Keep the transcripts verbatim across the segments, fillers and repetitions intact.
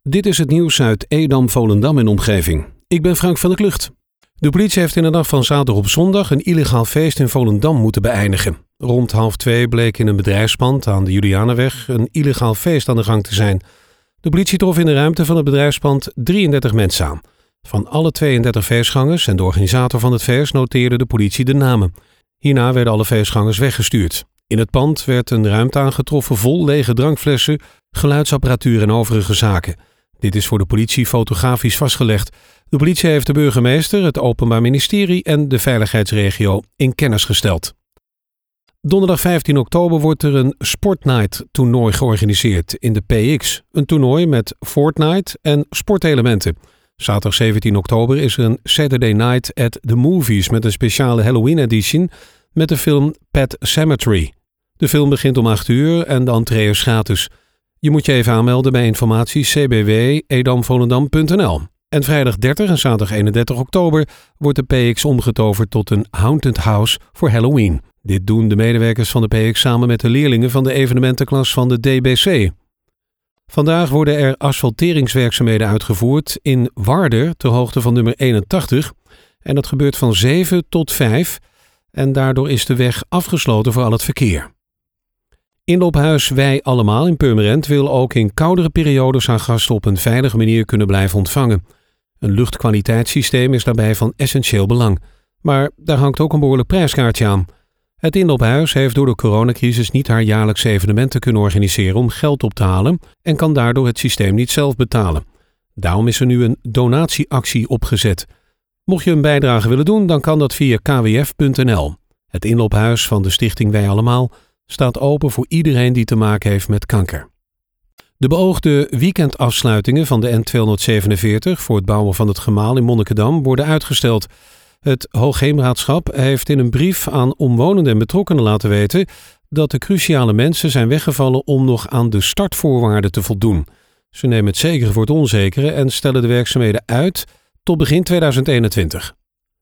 Dit is het nieuws uit Edam, Volendam en omgeving. Ik ben Frank van der Klucht. De politie heeft in de nacht van zaterdag op zondag een illegaal feest in Volendam moeten beëindigen. Rond half twee bleek in een bedrijfspand aan de Julianenweg een illegaal feest aan de gang te zijn. De politie trof in de ruimte van het bedrijfspand drieëndertig mensen aan. Van alle tweeëndertig feestgangers en de organisator van het feest noteerde de politie de namen. Hierna werden alle feestgangers weggestuurd. In het pand werd een ruimte aangetroffen vol lege drankflessen, geluidsapparatuur en overige zaken. Dit is voor de politie fotografisch vastgelegd. De politie heeft de burgemeester, het Openbaar Ministerie en de veiligheidsregio in kennis gesteld. Donderdag vijftien oktober wordt er een Sportnight toernooi georganiseerd in de P X. Een toernooi met Fortnite en sportelementen. Zaterdag zeventien oktober is er een Saturday Night at the Movies met een speciale Halloween edition met de film Pet Sematary. De film begint om acht uur en de entree is gratis. Je moet je even aanmelden bij informatie c b w edam volendam punt n l. En vrijdag dertig en zaterdag eenendertig oktober wordt de P X omgetoverd tot een Haunted House voor Halloween. Dit doen de medewerkers van de P X samen met de leerlingen van de evenementenklas van de D B C. Vandaag worden er asfalteringswerkzaamheden uitgevoerd in Warder ter hoogte van nummer eenentachtig. En dat gebeurt van zeven tot vijf en daardoor is de weg afgesloten voor al het verkeer. Inloophuis Wij Allemaal in Purmerend wil ook in koudere periodes haar gasten op een veilige manier kunnen blijven ontvangen. Een luchtkwaliteitssysteem is daarbij van essentieel belang. Maar daar hangt ook een behoorlijk prijskaartje aan. Het inloophuis heeft door de coronacrisis niet haar jaarlijkse evenementen kunnen organiseren om geld op te halen en kan daardoor het systeem niet zelf betalen. Daarom is er nu een donatieactie opgezet. Mocht je een bijdrage willen doen, dan kan dat via k w f punt n l. Het inloophuis van de stichting Wij Allemaal staat open voor iedereen die te maken heeft met kanker. De beoogde weekendafsluitingen van de N tweehonderdzevenenveertig voor het bouwen van het gemaal in Monnikendam worden uitgesteld. Het Hoogheemraadschap heeft in een brief aan omwonenden en betrokkenen laten weten dat de cruciale mensen zijn weggevallen om nog aan de startvoorwaarden te voldoen. Ze nemen het zekere voor het onzekere en stellen de werkzaamheden uit tot begin tweeduizend eenentwintig.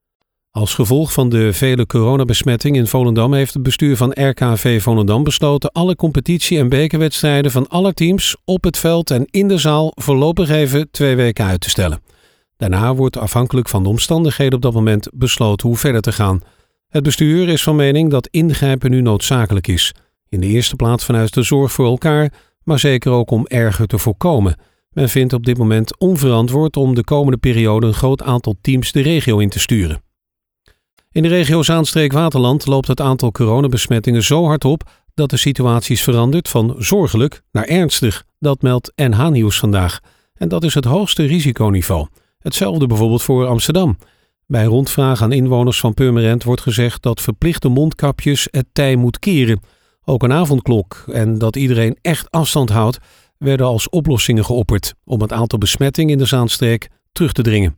Als gevolg van de vele coronabesmettingen in Volendam heeft het bestuur van R K V Volendam besloten alle competitie- en bekerwedstrijden van alle teams op het veld en in de zaal voorlopig even twee weken uit te stellen. Daarna wordt afhankelijk van de omstandigheden op dat moment besloten hoe verder te gaan. Het bestuur is van mening dat ingrijpen nu noodzakelijk is. In de eerste plaats vanuit de zorg voor elkaar, maar zeker ook om erger te voorkomen. Men vindt op dit moment onverantwoord om de komende periode een groot aantal teams de regio in te sturen. In de regio Zaanstreek-Waterland loopt het aantal coronabesmettingen zo hard op dat de situatie is veranderd van zorgelijk naar ernstig. Dat meldt N H Nieuws vandaag. En dat is het hoogste risiconiveau. Hetzelfde bijvoorbeeld voor Amsterdam. Bij rondvraag aan inwoners van Purmerend wordt gezegd dat verplichte mondkapjes het tij moet keren. Ook een avondklok en dat iedereen echt afstand houdt werden als oplossingen geopperd om het aantal besmettingen in de Zaanstreek terug te dringen.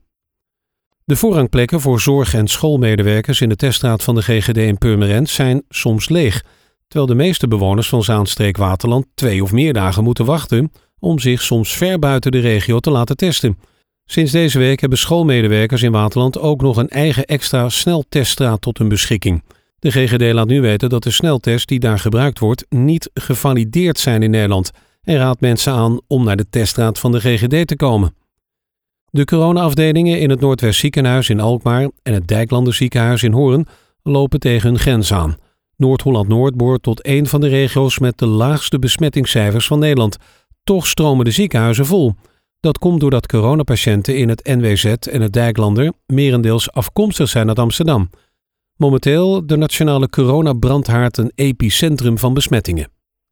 De voorrangplekken voor zorg- en schoolmedewerkers in de teststraat van de G G D in Purmerend zijn soms leeg, terwijl de meeste bewoners van Zaanstreek-Waterland twee of meer dagen moeten wachten om zich soms ver buiten de regio te laten testen. Sinds deze week hebben schoolmedewerkers in Waterland ook nog een eigen extra snelteststraat tot hun beschikking. De G G D laat nu weten dat de sneltest die daar gebruikt wordt niet gevalideerd zijn in Nederland en raadt mensen aan om naar de teststraat van de G G D te komen. De coronaafdelingen in het Noordwest Ziekenhuis in Alkmaar en het Dijklander Ziekenhuis in Hoorn lopen tegen hun grens aan. Noord-Holland-Noord behoort tot een van de regio's met de laagste besmettingscijfers van Nederland. Toch stromen de ziekenhuizen vol. Dat komt doordat coronapatiënten in het N W Z en het Dijklander merendeels afkomstig zijn uit Amsterdam. Momenteel de nationale coronabrandhaard een epicentrum van besmettingen.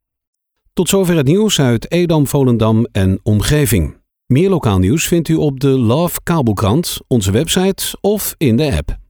Tot zover het nieuws uit Edam, Volendam en omgeving. Meer lokaal nieuws vindt u op de Love Kabelkrant, onze website of in de app.